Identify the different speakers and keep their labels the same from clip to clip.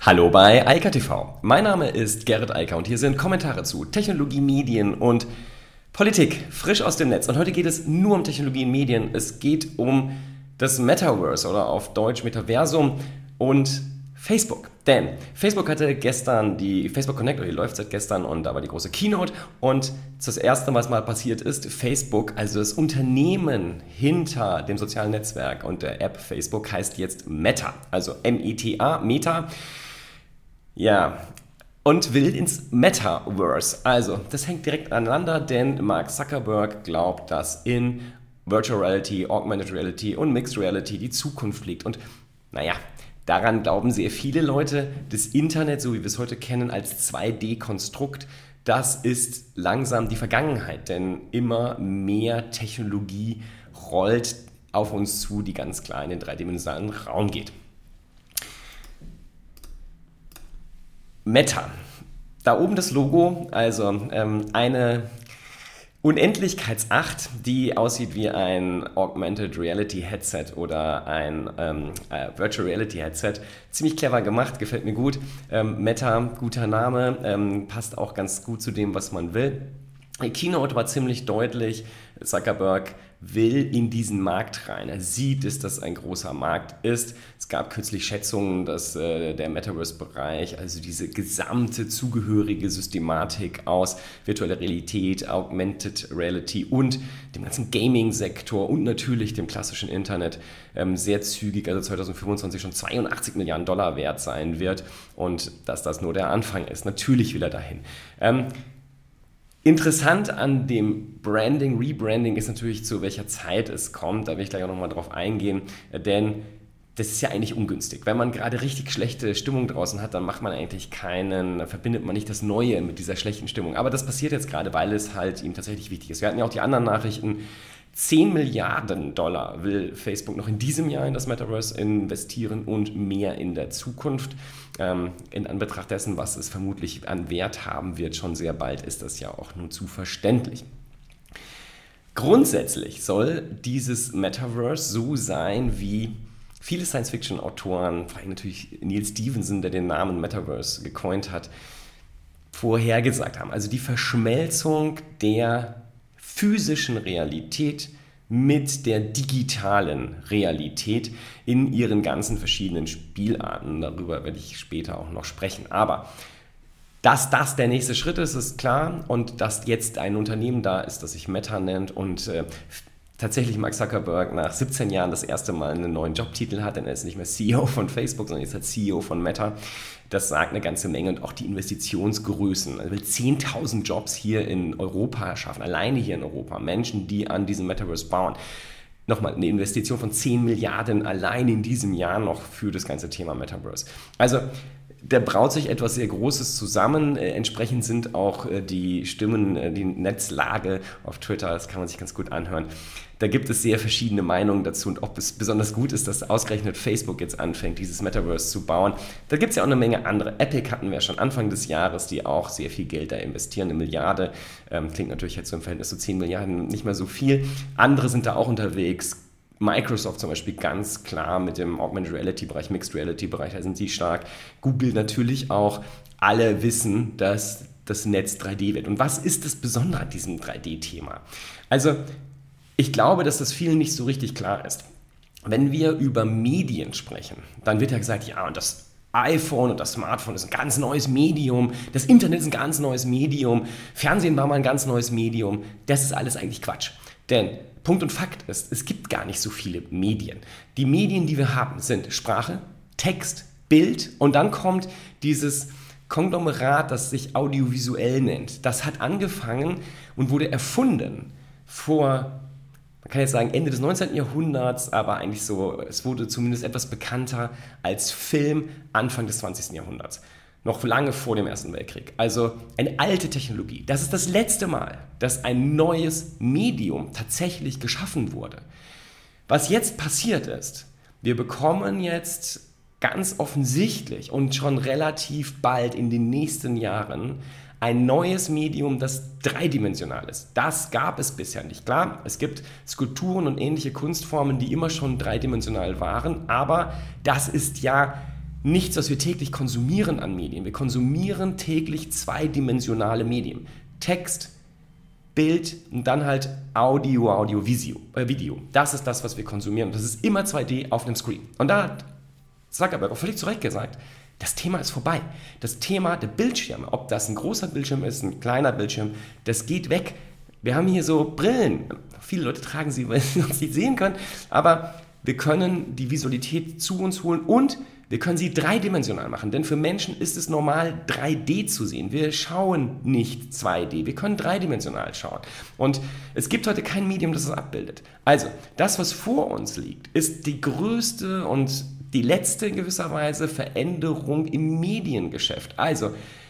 Speaker 1: Hallo bei Eika TV. Mein Name ist Gerrit Eiker und hier sind Kommentare zu Technologie, Medien und Politik, frisch aus dem Netz. Und heute geht es nur um Technologie und Medien. Es geht um das Metaverse oder auf Deutsch Metaversum und Facebook. Denn Facebook hatte gestern die Facebook Connect, oder die läuft seit gestern, und da war die große Keynote. Und das erste, was mal passiert ist, Facebook, also das Unternehmen hinter dem sozialen Netzwerk und der App Facebook, heißt jetzt Meta, also M-E-T-A, Meta. Ja, und will ins Metaverse. Also, das hängt direkt aneinander, denn Mark Zuckerberg glaubt, dass in Virtual Reality, Augmented Reality und Mixed Reality die Zukunft liegt. Und naja, daran glauben sehr viele Leute. Das Internet, so wie wir es heute kennen, als 2D-Konstrukt, das ist langsam die Vergangenheit, denn immer mehr Technologie rollt auf uns zu, die ganz klar in den dreidimensionalen Raum geht. Meta. Da oben das Logo, also eine Unendlichkeitsacht, die aussieht wie ein Augmented Reality Headset oder ein Virtual Reality Headset. Ziemlich clever gemacht, gefällt mir gut. Meta, guter Name, passt auch ganz gut zu dem, was man will. Die Keynote war ziemlich deutlich. Zuckerberg will in diesen Markt rein. Er sieht, dass das ein großer Markt ist. Es gab kürzlich Schätzungen, dass der Metaverse-Bereich, also diese gesamte zugehörige Systematik aus virtueller Realität, Augmented Reality und dem ganzen Gaming-Sektor und natürlich dem klassischen Internet sehr zügig, also 2025 schon 82 Milliarden Dollar wert sein wird, und dass das nur der Anfang ist. Natürlich will er dahin. Interessant an dem Rebranding ist natürlich, zu welcher Zeit es kommt. Da will ich gleich auch nochmal drauf eingehen, denn das ist ja eigentlich ungünstig. Wenn man gerade richtig schlechte Stimmung draußen hat, dann verbindet man nicht das Neue mit dieser schlechten Stimmung. Aber das passiert jetzt gerade, weil es halt ihm tatsächlich wichtig ist. Wir hatten ja auch die anderen Nachrichten. 10 Milliarden Dollar will Facebook noch in diesem Jahr in das Metaverse investieren und mehr in der Zukunft. In Anbetracht dessen, was es vermutlich an Wert haben wird, schon sehr bald, ist das ja auch nur zu verständlich. Grundsätzlich soll dieses Metaverse so sein, wie viele Science-Fiction-Autoren, vor allem natürlich Neil Stephenson, der den Namen Metaverse gecoint hat, vorhergesagt haben. Also die Verschmelzung der physischen Realität mit der digitalen Realität in ihren ganzen verschiedenen Spielarten. Darüber werde ich später auch noch sprechen. Aber dass das der nächste Schritt ist, ist klar. Und dass jetzt ein Unternehmen da ist, das sich Meta nennt und tatsächlich Mark Zuckerberg nach 17 Jahren das erste Mal einen neuen Jobtitel hat, denn er ist nicht mehr CEO von Facebook, sondern jetzt halt CEO von Meta. Das sagt eine ganze Menge, und auch die Investitionsgrößen. Er will 10.000 Jobs hier in Europa schaffen, alleine hier in Europa. Menschen, die an diesem Metaverse bauen. Nochmal eine Investition von 10 Milliarden allein in diesem Jahr noch für das ganze Thema Metaverse. Also der braut sich etwas sehr Großes zusammen. Entsprechend sind auch die Stimmen, die Netzlage auf Twitter, das kann man sich ganz gut anhören. Da gibt es sehr verschiedene Meinungen dazu, und ob es besonders gut ist, dass ausgerechnet Facebook jetzt anfängt, dieses Metaverse zu bauen. Da gibt es ja auch eine Menge andere. Epic hatten wir schon Anfang des Jahres, die auch sehr viel Geld da investieren, 1 Milliarde. Klingt natürlich jetzt so im Verhältnis zu 10 Milliarden nicht mehr so viel. Andere sind da auch unterwegs. Microsoft zum Beispiel ganz klar mit dem Augmented Reality Bereich, Mixed Reality Bereich, da sind sie stark. Google natürlich auch. Alle wissen, dass das Netz 3D wird. Und was ist das Besondere an diesem 3D-Thema? Also ich glaube, dass das vielen nicht so richtig klar ist. Wenn wir über Medien sprechen, dann wird ja gesagt, ja, und das iPhone und das Smartphone ist ein ganz neues Medium, das Internet ist ein ganz neues Medium, Fernsehen war mal ein ganz neues Medium. Das ist alles eigentlich Quatsch. Denn Punkt und Fakt ist, es gibt gar nicht so viele Medien. Die Medien, die wir haben, sind Sprache, Text, Bild, und dann kommt dieses Konglomerat, das sich audiovisuell nennt. Das hat angefangen und wurde erfunden vor, man kann jetzt sagen, Ende des 19. Jahrhunderts, aber eigentlich so, es wurde zumindest etwas bekannter als Film Anfang des 20. Jahrhunderts. Noch lange vor dem Ersten Weltkrieg. Also eine alte Technologie. Das ist das letzte Mal, dass ein neues Medium tatsächlich geschaffen wurde. Was jetzt passiert ist, wir bekommen jetzt ganz offensichtlich und schon relativ bald in den nächsten Jahren ein neues Medium, das dreidimensional ist. Das gab es bisher nicht. Klar, es gibt Skulpturen und ähnliche Kunstformen, die immer schon dreidimensional waren, aber das ist ja nichts, was wir täglich konsumieren an Medien. Wir konsumieren täglich zweidimensionale Medien. Text, Bild und dann halt Video. Das ist das, was wir konsumieren. Das ist immer 2D auf einem Screen. Und da hat Zuckerberg auch völlig zu Recht gesagt, das Thema ist vorbei. Das Thema der Bildschirme, ob das ein großer Bildschirm ist, ein kleiner Bildschirm, das geht weg. Wir haben hier so Brillen. Viele Leute tragen sie, weil sie uns nicht sehen können. Aber wir können die Visualität zu uns holen und wir können sie dreidimensional machen. Denn für Menschen ist es normal, 3D zu sehen. Wir schauen nicht 2D. Wir können dreidimensional schauen. Und es gibt heute kein Medium, das es abbildet. Also, das, was vor uns liegt, ist die größte und die letzte in gewisser Weise Veränderung im Mediengeschäft. Also,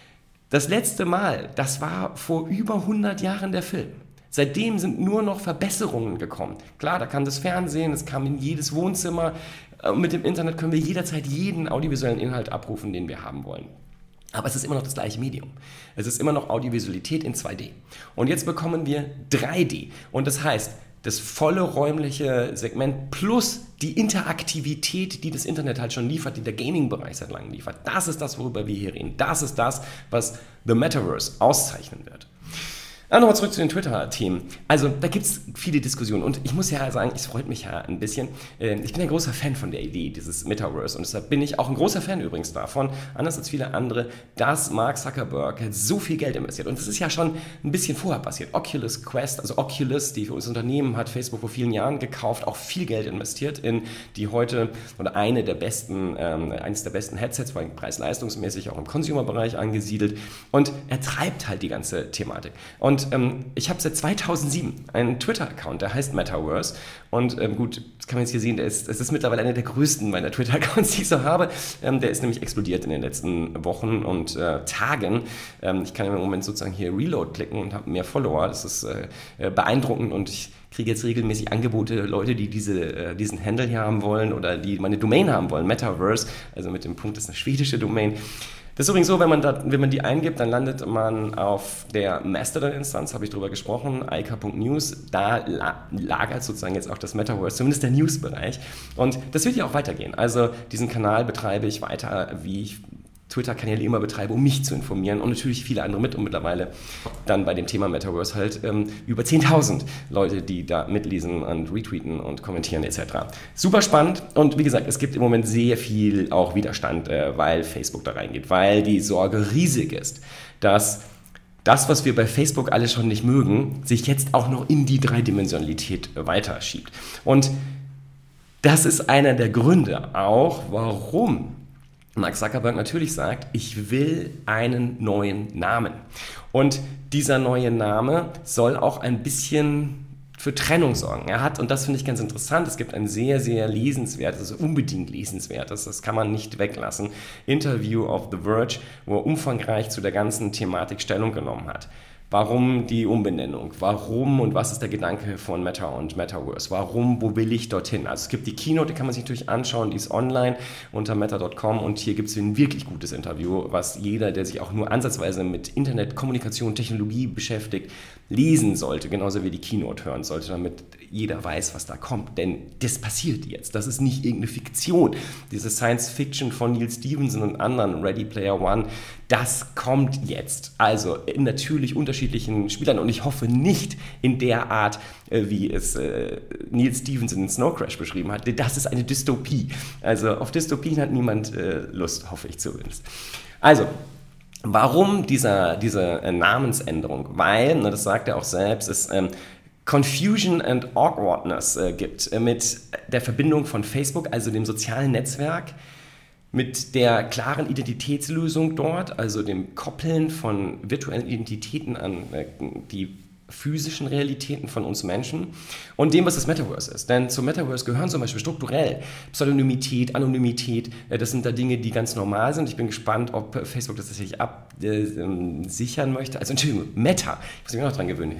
Speaker 1: das letzte Mal, das war vor über 100 Jahren der Film. Seitdem sind nur noch Verbesserungen gekommen. Klar, da kam das Fernsehen, es kam in jedes Wohnzimmer. Mit dem Internet können wir jederzeit jeden audiovisuellen Inhalt abrufen, den wir haben wollen. Aber es ist immer noch das gleiche Medium. Es ist immer noch Audiovisualität in 2D. Und jetzt bekommen wir 3D. Und das heißt, das volle räumliche Segment plus die Interaktivität, die das Internet halt schon liefert, die der Gaming-Bereich seit langem liefert. Das ist das, worüber wir hier reden. Das ist das, was The Metaverse auszeichnen wird. Nochmal zurück zu den Twitter-Themen. Also da gibt es viele Diskussionen und ich muss ja sagen, es freut mich ja ein bisschen. Ich bin ein großer Fan von der Idee dieses Metaverse und deshalb bin ich auch ein großer Fan übrigens davon, anders als viele andere, dass Mark Zuckerberg so viel Geld investiert. Und das ist ja schon ein bisschen vorher passiert. Oculus Quest, also Oculus, die für uns Unternehmen hat Facebook vor vielen Jahren gekauft, auch viel Geld investiert in die heute oder eines der besten Headsets, weil preis-leistungsmäßig auch im Consumer-Bereich angesiedelt. Und er treibt halt die ganze Thematik. Und ich habe seit 2007 einen Twitter-Account, der heißt Metaverse. Und gut, das kann man jetzt hier sehen, es ist mittlerweile einer der größten meiner Twitter-Accounts, die ich so habe. Der ist nämlich explodiert in den letzten Wochen und Tagen. Ich kann im Moment sozusagen hier Reload klicken und habe mehr Follower. Das ist beeindruckend und ich kriege jetzt regelmäßig Angebote, Leute, die diesen Handle hier haben wollen oder die meine Domain haben wollen, Metaverse, also mit dem Punkt, das ist eine schwedische Domain. Das ist übrigens so, wenn man die eingibt, dann landet man auf der Mastodon-Instanz, habe ich drüber gesprochen, ika.news. Da lagert sozusagen jetzt auch das Metaverse, zumindest der News-Bereich. Und das wird ja auch weitergehen. Also diesen Kanal betreibe ich weiter, wie ich Twitter-Kanäle immer betreibe, um mich zu informieren und natürlich viele andere mit und mittlerweile dann bei dem Thema Metaverse halt über 10.000 Leute, die da mitlesen und retweeten und kommentieren etc. Super spannend und wie gesagt, es gibt im Moment sehr viel auch Widerstand, weil Facebook da reingeht, weil die Sorge riesig ist, dass das, was wir bei Facebook alle schon nicht mögen, sich jetzt auch noch in die Dreidimensionalität weiterschiebt. Und das ist einer der Gründe auch, warum Mark Zuckerberg natürlich sagt, ich will einen neuen Namen. Und dieser neue Name soll auch ein bisschen für Trennung sorgen. Er hat, und das finde ich ganz interessant, es gibt ein sehr, sehr lesenswertes, also unbedingt lesenswertes, das kann man nicht weglassen, Interview of The Verge, wo er umfangreich zu der ganzen Thematik Stellung genommen hat. Warum die Umbenennung? Warum und was ist der Gedanke von Meta und Metaverse? Warum, wo will ich dorthin? Also es gibt die Keynote, die kann man sich natürlich anschauen, die ist online unter meta.com und hier gibt es ein wirklich gutes Interview, was jeder, der sich auch nur ansatzweise mit Internet, Kommunikation, Technologie beschäftigt, lesen sollte, genauso wie die Keynote hören sollte, damit jeder weiß, was da kommt. Denn das passiert jetzt. Das ist nicht irgendeine Fiktion. Diese Science-Fiction von Neil Stephenson und anderen, Ready Player One, das kommt jetzt. Also in natürlich unterschiedlichen Spielern und ich hoffe nicht in der Art, wie es Neil Stephenson in Snow Crash beschrieben hat. Das ist eine Dystopie. Also auf Dystopien hat niemand Lust, hoffe ich zumindest. Also, warum diese Namensänderung? Weil, das sagt er auch selbst, es Confusion and Awkwardness gibt mit der Verbindung von Facebook, also dem sozialen Netzwerk, mit der klaren Identitätslösung dort, also dem Koppeln von virtuellen Identitäten an die physischen Realitäten von uns Menschen und dem, was das Metaverse ist. Denn zum Metaverse gehören zum Beispiel strukturell Pseudonymität, Anonymität, das sind da Dinge, die ganz normal sind. Ich bin gespannt, ob Facebook das tatsächlich absichern möchte. Also Entschuldigung, Meta, ich muss mich auch noch dran gewöhnen.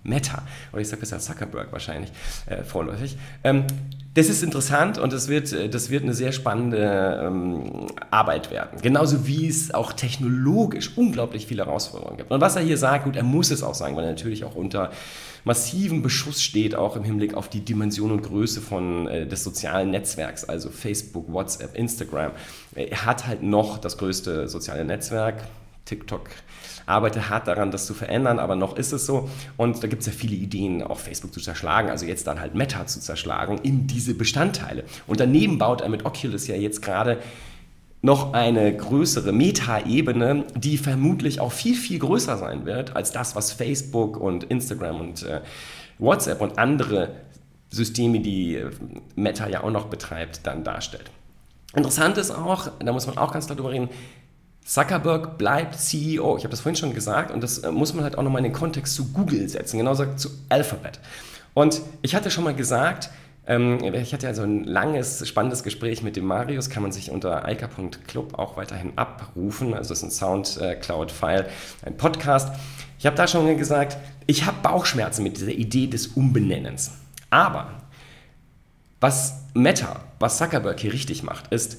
Speaker 1: Meta. Oder ich sage besser Zuckerberg wahrscheinlich, vorläufig. Das ist interessant und das wird eine sehr spannende Arbeit werden. Genauso wie es auch technologisch unglaublich viele Herausforderungen gibt. Und was er hier sagt, gut, er muss es auch sagen, weil er natürlich auch unter massiven Beschuss steht, auch im Hinblick auf die Dimension und Größe des sozialen Netzwerks, also Facebook, WhatsApp, Instagram. Er hat halt noch das größte soziale Netzwerk, TikTok, arbeitet hart daran, das zu verändern, aber noch ist es so. Und da gibt es ja viele Ideen, auch Facebook zu zerschlagen, also jetzt dann halt Meta zu zerschlagen in diese Bestandteile. Und daneben baut er mit Oculus ja jetzt gerade noch eine größere Meta-Ebene, die vermutlich auch viel, viel größer sein wird als das, was Facebook und Instagram und WhatsApp und andere Systeme, die Meta ja auch noch betreibt, dann darstellt. Interessant ist auch, da muss man auch ganz klar drüber reden, Zuckerberg bleibt CEO. Ich habe das vorhin schon gesagt und das muss man halt auch nochmal in den Kontext zu Google setzen, genauso zu Alphabet. Und ich hatte schon mal gesagt, ich hatte ja so ein langes, spannendes Gespräch mit dem Marius, kann man sich unter eika.club auch weiterhin abrufen, also das ist ein Soundcloud-File, ein Podcast. Ich habe da schon mal gesagt, ich habe Bauchschmerzen mit dieser Idee des Umbenennens. Aber was Zuckerberg hier richtig macht, ist,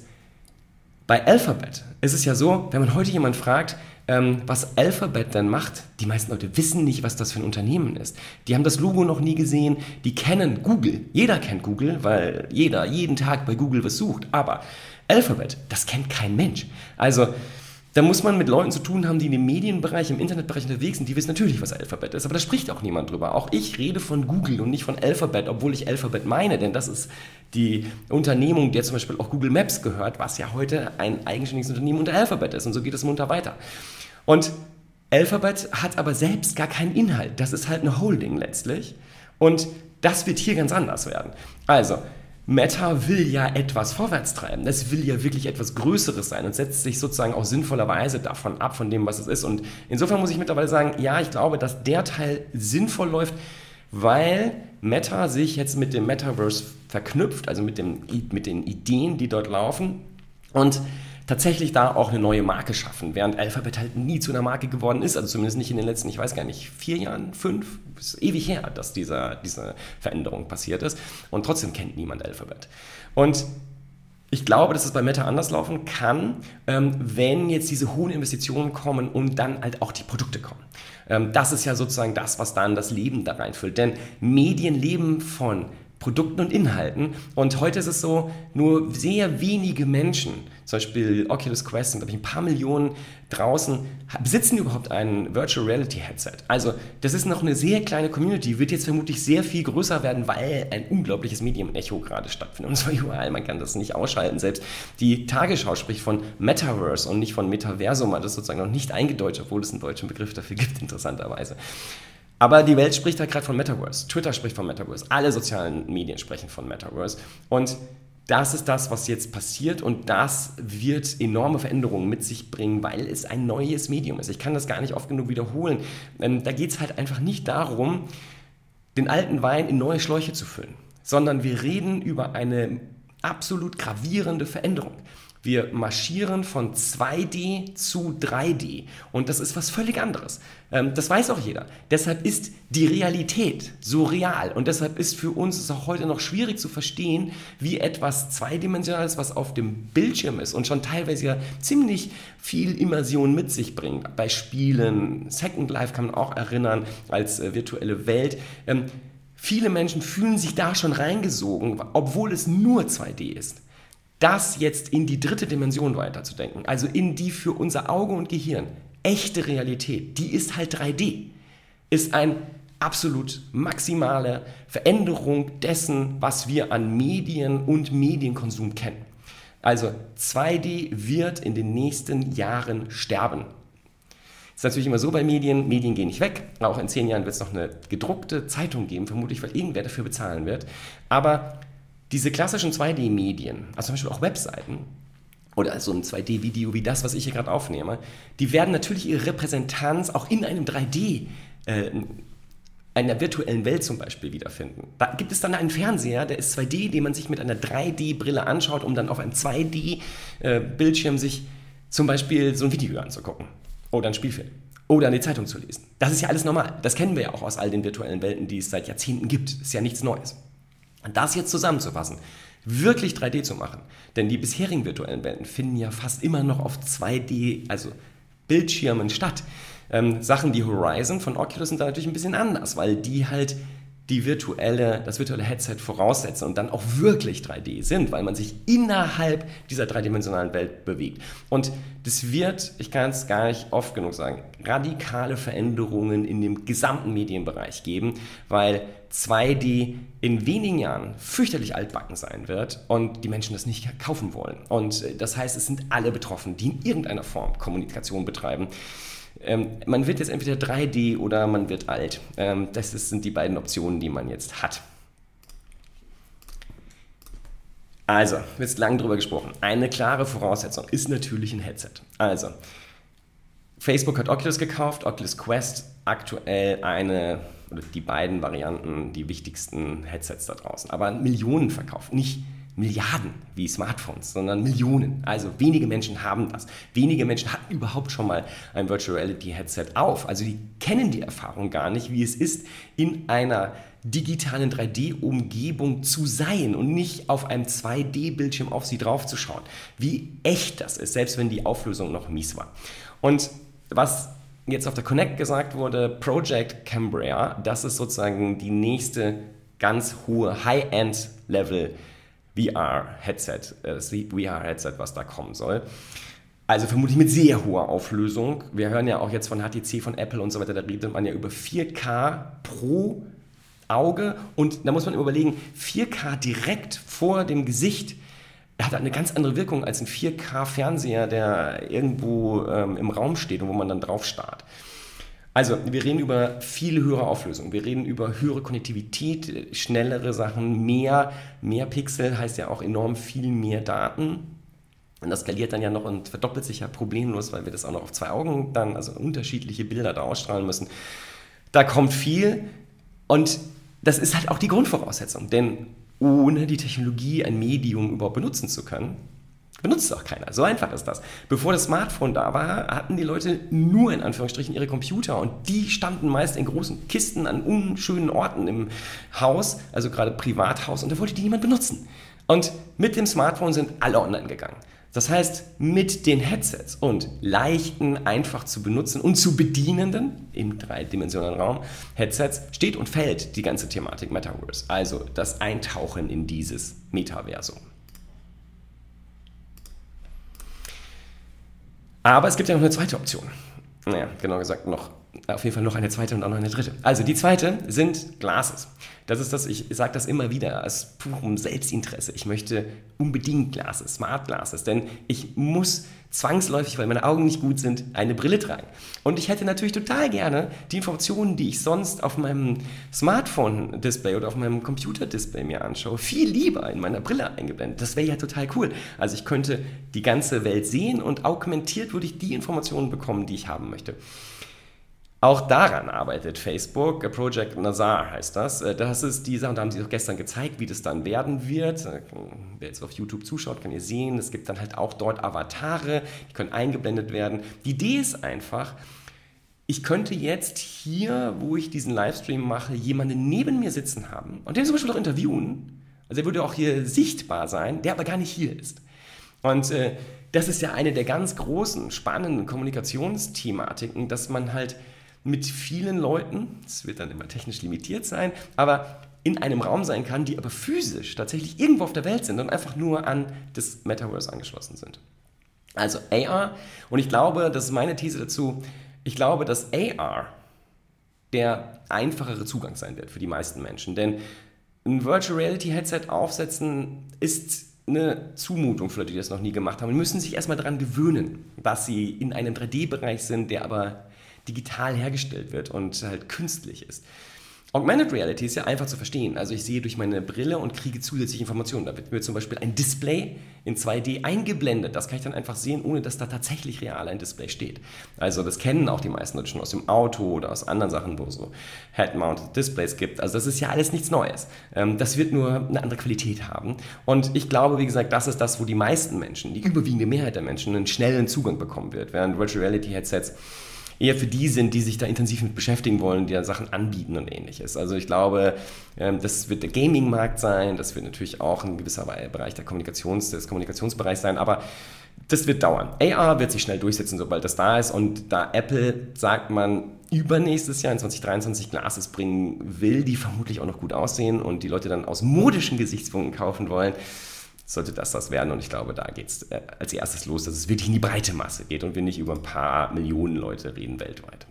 Speaker 1: bei Alphabet ist es ja so, wenn man heute jemanden fragt, was Alphabet denn macht, die meisten Leute wissen nicht, was das für ein Unternehmen ist. Die haben das Logo noch nie gesehen, die kennen Google. Jeder kennt Google, weil jeder jeden Tag bei Google was sucht. Aber Alphabet, das kennt kein Mensch. Also da muss man mit Leuten zu tun haben, die in dem Medienbereich, im Internetbereich unterwegs sind, die wissen natürlich, was Alphabet ist, aber da spricht auch niemand drüber. Auch ich rede von Google und nicht von Alphabet, obwohl ich Alphabet meine, denn das ist die Unternehmung, der zum Beispiel auch Google Maps gehört, was ja heute ein eigenständiges Unternehmen unter Alphabet ist und so geht es munter weiter. Und Alphabet hat aber selbst gar keinen Inhalt, das ist halt eine Holding letztlich und das wird hier ganz anders werden. Also, Meta will ja etwas vorwärts treiben, das will ja wirklich etwas Größeres sein und setzt sich sozusagen auch sinnvollerweise davon ab, von dem, was es ist. Und insofern muss ich mittlerweile sagen, ja, ich glaube, dass der Teil sinnvoll läuft, weil Meta sich jetzt mit dem Metaverse verknüpft, also mit den Ideen, die dort laufen und tatsächlich da auch eine neue Marke schaffen, während Alphabet halt nie zu einer Marke geworden ist, also zumindest nicht in den letzten, ich weiß gar nicht, 4 Jahren, 5, es ist ewig her, dass diese Veränderung passiert ist und trotzdem kennt niemand Alphabet. Und ich glaube, dass es bei Meta anders laufen kann, wenn jetzt diese hohen Investitionen kommen und dann halt auch die Produkte kommen. Das ist ja sozusagen das, was dann das Leben da reinfüllt, denn Medien leben von Produkten und Inhalten. Und heute ist es so, nur sehr wenige Menschen, zum Beispiel Oculus Quest, sind glaube ich ein paar Millionen draußen, besitzen überhaupt ein Virtual Reality Headset. Also das ist noch eine sehr kleine Community, wird jetzt vermutlich sehr viel größer werden, weil ein unglaubliches Medienecho gerade stattfindet. Und zwar überall, man kann das nicht ausschalten. Selbst die Tagesschau spricht von Metaverse und nicht von Metaversum, das ist sozusagen noch nicht eingedeutscht, obwohl es einen deutschen Begriff dafür gibt, interessanterweise. Aber die Welt spricht halt gerade von Metaverse. Twitter spricht von Metaverse. Alle sozialen Medien sprechen von Metaverse. Und das ist das, was jetzt passiert und das wird enorme Veränderungen mit sich bringen, weil es ein neues Medium ist. Ich kann das gar nicht oft genug wiederholen. Da geht es halt einfach nicht darum, den alten Wein in neue Schläuche zu füllen, sondern wir reden über eine absolut gravierende Veränderung. Wir marschieren von 2D zu 3D und das ist was völlig anderes. Das weiß auch jeder. Deshalb ist die Realität so real und deshalb ist für uns es auch heute noch schwierig zu verstehen, wie etwas Zweidimensionales, was auf dem Bildschirm ist und schon teilweise ja ziemlich viel Immersion mit sich bringt. Bei Spielen, Second Life kann man auch erinnern als virtuelle Welt. Viele Menschen fühlen sich da schon reingesogen, obwohl es nur 2D ist. Das jetzt in die 3. Dimension weiterzudenken, also in die für unser Auge und Gehirn echte Realität, die ist halt 3D, ist eine absolut maximale Veränderung dessen, was wir an Medien und Medienkonsum kennen. Also 2D wird in den nächsten Jahren sterben. Das ist natürlich immer so bei Medien gehen nicht weg, auch in 10 Jahren wird es noch eine gedruckte Zeitung geben, vermutlich, weil irgendwer dafür bezahlen wird, aber diese klassischen 2D-Medien, also zum Beispiel auch Webseiten oder so ein 2D-Video wie das, was ich hier gerade aufnehme, die werden natürlich ihre Repräsentanz auch in einem 3D, einer virtuellen Welt zum Beispiel wiederfinden. Da gibt es dann einen Fernseher, der ist 2D, den man sich mit einer 3D-Brille anschaut, um dann auf einem 2D-Bildschirm sich zum Beispiel so ein Video anzugucken oder ein Spielfilm. oder eine Zeitung zu lesen. Das ist ja alles normal. Das kennen wir ja auch aus all den virtuellen Welten, die es seit Jahrzehnten gibt. Das ist ja nichts Neues. Und das jetzt zusammenzufassen, wirklich 3D zu machen, denn die bisherigen virtuellen Welten finden ja fast immer noch auf 2D, also Bildschirmen statt. Sachen wie Horizon von Oculus sind da natürlich ein bisschen anders, weil die halt das virtuelle Headset voraussetzen und dann auch wirklich 3D sind, weil man sich innerhalb dieser dreidimensionalen Welt bewegt. Und das wird, ich kann es gar nicht oft genug sagen, radikale Veränderungen in dem gesamten Medienbereich geben, weil 2D in wenigen Jahren fürchterlich altbacken sein wird und die Menschen das nicht kaufen wollen. Und das heißt, es sind alle betroffen, die in irgendeiner Form Kommunikation betreiben. Man wird jetzt entweder 3D oder man wird alt. Das sind die beiden Optionen, die man jetzt hat. Also, wird lang drüber gesprochen. Eine klare Voraussetzung ist natürlich ein Headset. Also, Facebook hat Oculus gekauft, Oculus Quest aktuell oder die beiden Varianten, die wichtigsten Headsets da draußen. Aber Millionen verkauft, nicht Milliarden wie Smartphones, sondern Millionen. Also wenige Menschen haben das. Wenige Menschen hatten überhaupt schon mal ein Virtual Reality Headset auf. Also die kennen die Erfahrung gar nicht, wie es ist, in einer digitalen 3D-Umgebung zu sein und nicht auf einem 2D-Bildschirm auf sie draufzuschauen. Wie echt das ist, selbst wenn die Auflösung noch mies war. Und was jetzt auf der Connect gesagt wurde, Project Cambria, das ist sozusagen die nächste ganz hohe High-End-Level VR-Headset, was da kommen soll. Also vermutlich mit sehr hoher Auflösung. Wir hören ja auch jetzt von HTC, von Apple und so weiter, da redet man ja über 4K pro Auge. Und da muss man überlegen, 4K direkt vor dem Gesicht hat eine ganz andere Wirkung als ein 4K-Fernseher, der irgendwo im Raum steht und wo man dann drauf starrt. Also, wir reden über viel höhere Auflösung, wir reden über höhere Konnektivität, schnellere Sachen, mehr Pixel heißt ja auch enorm viel mehr Daten. Und das skaliert dann ja noch und verdoppelt sich ja problemlos, weil wir das auch noch auf 2 Augen dann, also unterschiedliche Bilder da ausstrahlen müssen. Da kommt viel und das ist halt auch die Grundvoraussetzung, denn ohne die Technologie ein Medium überhaupt benutzen zu können, benutzt es auch keiner. So einfach ist das. Bevor das Smartphone da war, hatten die Leute nur in Anführungsstrichen ihre Computer und die standen meist in großen Kisten an unschönen Orten im Haus, also gerade Privathaus, und da wollte die niemand benutzen. Und mit dem Smartphone sind alle online gegangen. Das heißt, mit den Headsets und leichten, einfach zu benutzen und zu bedienenden, im dreidimensionalen Raum, Headsets, steht und fällt die ganze Thematik Metaverse, also das Eintauchen in dieses Metaversum. Aber es gibt ja noch eine zweite Option. Naja, genau gesagt, auf jeden Fall noch eine zweite und auch noch eine dritte. Also die zweite sind Glasses. Das ist das, ich sage das immer wieder, aus purem Selbstinteresse. Ich möchte unbedingt Glasses, Smart Glasses, denn ich muss zwangsläufig, weil meine Augen nicht gut sind, eine Brille tragen. Und ich hätte natürlich total gerne die Informationen, die ich sonst auf meinem Smartphone-Display oder auf meinem Computer-Display mir anschaue, viel lieber in meiner Brille eingeblendet. Das wäre ja total cool. Also ich könnte die ganze Welt sehen und augmentiert würde ich die Informationen bekommen, die ich haben möchte. Auch daran arbeitet Facebook, Project Nazar heißt das. Das ist die Sache, und da haben sie auch gestern gezeigt, wie das dann werden wird. Wer jetzt auf YouTube zuschaut, kann ihr sehen, es gibt dann halt auch dort Avatare, die können eingeblendet werden. Die Idee ist einfach, ich könnte jetzt hier, wo ich diesen Livestream mache, jemanden neben mir sitzen haben und den zum Beispiel auch interviewen. Also er würde auch hier sichtbar sein, der aber gar nicht hier ist. Und das ist ja eine der ganz großen, spannenden Kommunikationsthematiken, dass man halt mit vielen Leuten, es wird dann immer technisch limitiert sein, aber in einem Raum sein kann, die aber physisch tatsächlich irgendwo auf der Welt sind und einfach nur an das Metaverse angeschlossen sind. Also AR, und ich glaube, das ist meine These dazu, ich glaube, dass AR der einfachere Zugang sein wird für die meisten Menschen, denn ein Virtual Reality Headset aufsetzen ist eine Zumutung für Leute, die das noch nie gemacht haben. Die müssen sich erstmal daran gewöhnen, dass sie in einem 3D-Bereich sind, der aber digital hergestellt wird und halt künstlich ist. Augmented Reality ist ja einfach zu verstehen. Also ich sehe durch meine Brille und kriege zusätzliche Informationen. Da wird mir zum Beispiel ein Display in 2D eingeblendet. Das kann ich dann einfach sehen, ohne dass da tatsächlich real ein Display steht. Also das kennen auch die meisten Leute schon aus dem Auto oder aus anderen Sachen, wo es so Head-Mounted Displays gibt. Also das ist ja alles nichts Neues. Das wird nur eine andere Qualität haben. Und ich glaube, wie gesagt, das ist das, wo die meisten Menschen, die überwiegende Mehrheit der Menschen, einen schnellen Zugang bekommen wird. Während Virtual Reality Headsets eher für die sind, die sich da intensiv mit beschäftigen wollen, die da Sachen anbieten und ähnliches. Also ich glaube, das wird der Gaming-Markt sein, das wird natürlich auch ein gewisser Bereich des Kommunikationsbereichs sein, aber das wird dauern. AR wird sich schnell durchsetzen, sobald das da ist, und da Apple, sagt man, übernächstes Jahr in 2023 Glasses bringen will, die vermutlich auch noch gut aussehen und die Leute dann aus modischen Gesichtspunkten kaufen wollen, sollte das werden. Und ich glaube, da geht es als erstes los, dass es wirklich in die breite Masse geht und wir nicht über ein paar Millionen Leute reden weltweit.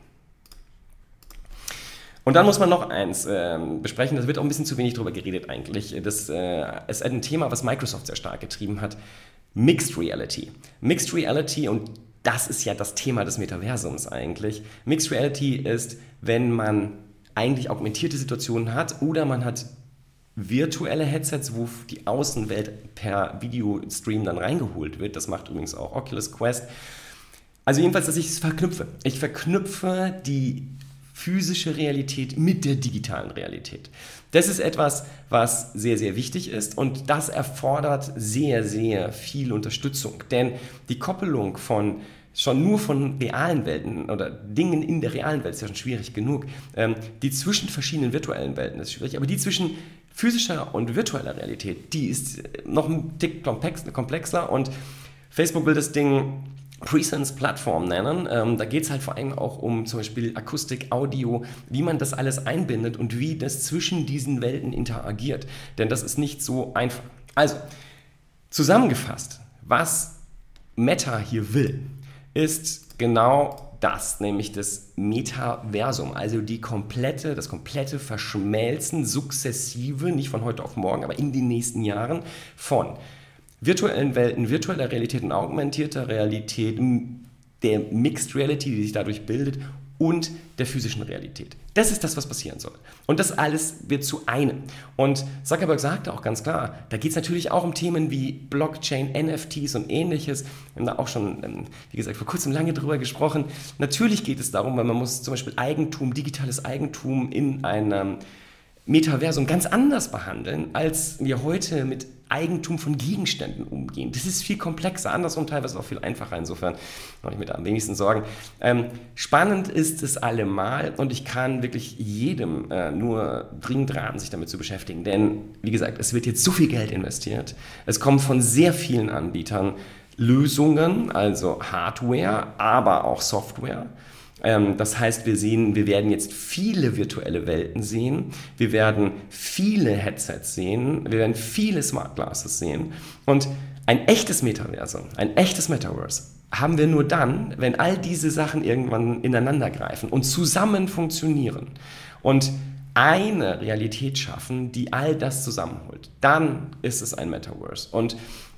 Speaker 1: Und dann muss man noch eins besprechen, da wird auch ein bisschen zu wenig drüber geredet eigentlich. Das ist ein Thema, was Microsoft sehr stark getrieben hat. Mixed Reality. Mixed Reality, und das ist ja das Thema des Metaversums eigentlich. Mixed Reality ist, wenn man eigentlich augmentierte Situationen hat oder man hat virtuelle Headsets, wo die Außenwelt per Videostream dann reingeholt wird. Das macht übrigens auch Oculus Quest. Also jedenfalls, dass ich es verknüpfe. Ich verknüpfe die physische Realität mit der digitalen Realität. Das ist etwas, was sehr, sehr wichtig ist, und das erfordert sehr, sehr viel Unterstützung. Denn die Koppelung schon nur von realen Welten oder Dingen in der realen Welt ist ja schon schwierig genug. Die zwischen verschiedenen virtuellen Welten ist schwierig, aber die zwischen physischer und virtueller Realität, die ist noch ein Tick komplexer, und Facebook will das Ding Presence-Plattform nennen. Da geht es halt vor allem auch um zum Beispiel Akustik, Audio, wie man das alles einbindet und wie das zwischen diesen Welten interagiert. Denn das ist nicht so einfach. Also, zusammengefasst, was Meta hier will, ist genau das, nämlich das Metaversum, also das komplette Verschmelzen, sukzessive, nicht von heute auf morgen, aber in den nächsten Jahren von virtuellen Welten, virtueller Realität und augmentierter Realität, der Mixed Reality, die sich dadurch bildet, und der physischen Realität. Das ist das, was passieren soll. Und das alles wird zu einem. Und Zuckerberg sagte auch ganz klar, da geht es natürlich auch um Themen wie Blockchain, NFTs und ähnliches. Wir haben da auch schon, wie gesagt, vor kurzem lange drüber gesprochen. Natürlich geht es darum, weil man muss zum Beispiel digitales Eigentum in einem Metaversum ganz anders behandeln, als wir heute mit Eigentum von Gegenständen umgehen. Das ist viel komplexer, andersrum teilweise auch viel einfacher, insofern mache ich mir da am wenigsten Sorgen. Spannend ist es allemal, und ich kann wirklich jedem nur dringend raten, sich damit zu beschäftigen, denn wie gesagt, es wird jetzt so viel Geld investiert, es kommen von sehr vielen Anbietern Lösungen, also Hardware, aber auch Software. Das heißt, wir werden jetzt viele virtuelle Welten sehen, wir werden viele Headsets sehen, wir werden viele Smart Glasses sehen, und ein echtes Metaversum, ein echtes Metaverse haben wir nur dann, wenn all diese Sachen irgendwann ineinander greifen und zusammen funktionieren und eine Realität schaffen, die all das zusammenholt. Dann ist es ein Metaverse. Und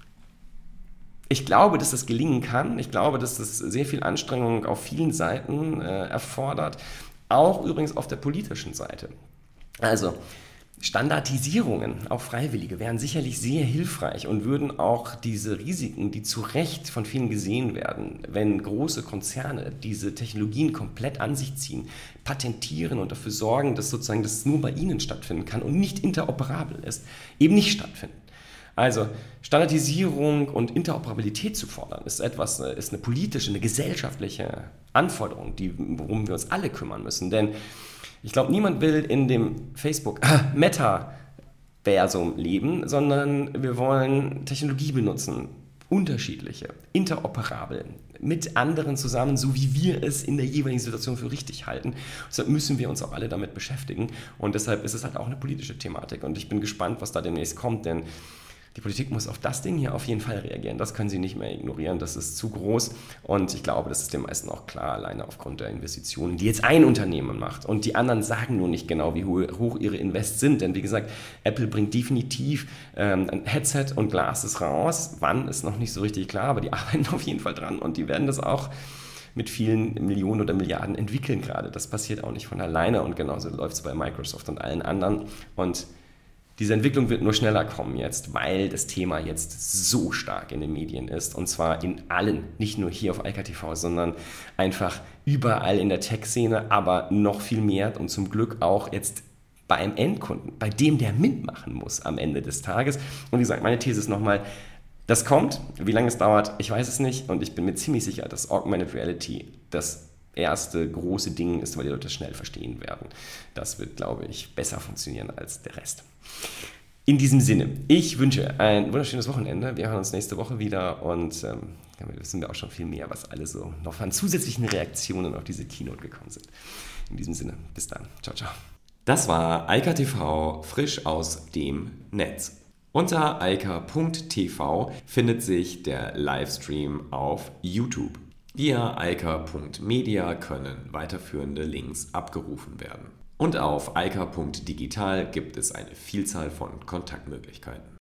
Speaker 1: ich glaube, dass das gelingen kann. Ich glaube, dass das sehr viel Anstrengung auf vielen Seiten erfordert, auch übrigens auf der politischen Seite. Also Standardisierungen, auch freiwillige, wären sicherlich sehr hilfreich und würden auch diese Risiken, die zu Recht von vielen gesehen werden, wenn große Konzerne diese Technologien komplett an sich ziehen, patentieren und dafür sorgen, dass sozusagen das nur bei ihnen stattfinden kann und nicht interoperabel ist, eben nicht stattfinden. Also Standardisierung und Interoperabilität zu fordern, ist eine politische, eine gesellschaftliche Anforderung, worum wir uns alle kümmern müssen. Denn ich glaube, niemand will in dem Metaversum leben, sondern wir wollen Technologie benutzen, unterschiedliche, interoperabel, mit anderen zusammen, so wie wir es in der jeweiligen Situation für richtig halten. Deshalb müssen wir uns auch alle damit beschäftigen, und deshalb ist es halt auch eine politische Thematik, und ich bin gespannt, was da demnächst kommt, denn die Politik muss auf das Ding hier auf jeden Fall reagieren. Das können sie nicht mehr ignorieren. Das ist zu groß. Und ich glaube, das ist den meisten auch klar, alleine aufgrund der Investitionen, die jetzt ein Unternehmen macht. Und die anderen sagen nur nicht genau, wie hoch ihre Invests sind. Denn wie gesagt, Apple bringt definitiv ein Headset und Glasses raus. Wann, ist noch nicht so richtig klar, aber die arbeiten auf jeden Fall dran. Und die werden das auch mit vielen Millionen oder Milliarden entwickeln gerade. Das passiert auch nicht von alleine. Und genauso läuft es bei Microsoft und allen anderen. Und diese Entwicklung wird nur schneller kommen jetzt, weil das Thema jetzt so stark in den Medien ist, und zwar in allen, nicht nur hier auf Alka TV, sondern einfach überall in der Tech-Szene, aber noch viel mehr und zum Glück auch jetzt bei einem Endkunden, bei dem der mitmachen muss am Ende des Tages. Und wie gesagt, meine These ist nochmal, das kommt, wie lange es dauert, ich weiß es nicht, und ich bin mir ziemlich sicher, dass Augmented Reality das erste große Ding ist, weil die Leute schnell verstehen werden. Das wird, glaube ich, besser funktionieren als der Rest. In diesem Sinne, ich wünsche ein wunderschönes Wochenende. Wir hören uns nächste Woche wieder und wissen wir auch schon viel mehr, was alle so noch an zusätzlichen Reaktionen auf diese Keynote gekommen sind. In diesem Sinne, bis dann. Ciao, ciao. Das war Eika TV frisch aus dem Netz. Unter eika.tv findet sich der Livestream auf YouTube. Via eika.media können weiterführende Links abgerufen werden. Und auf eika.digital gibt es eine Vielzahl von Kontaktmöglichkeiten.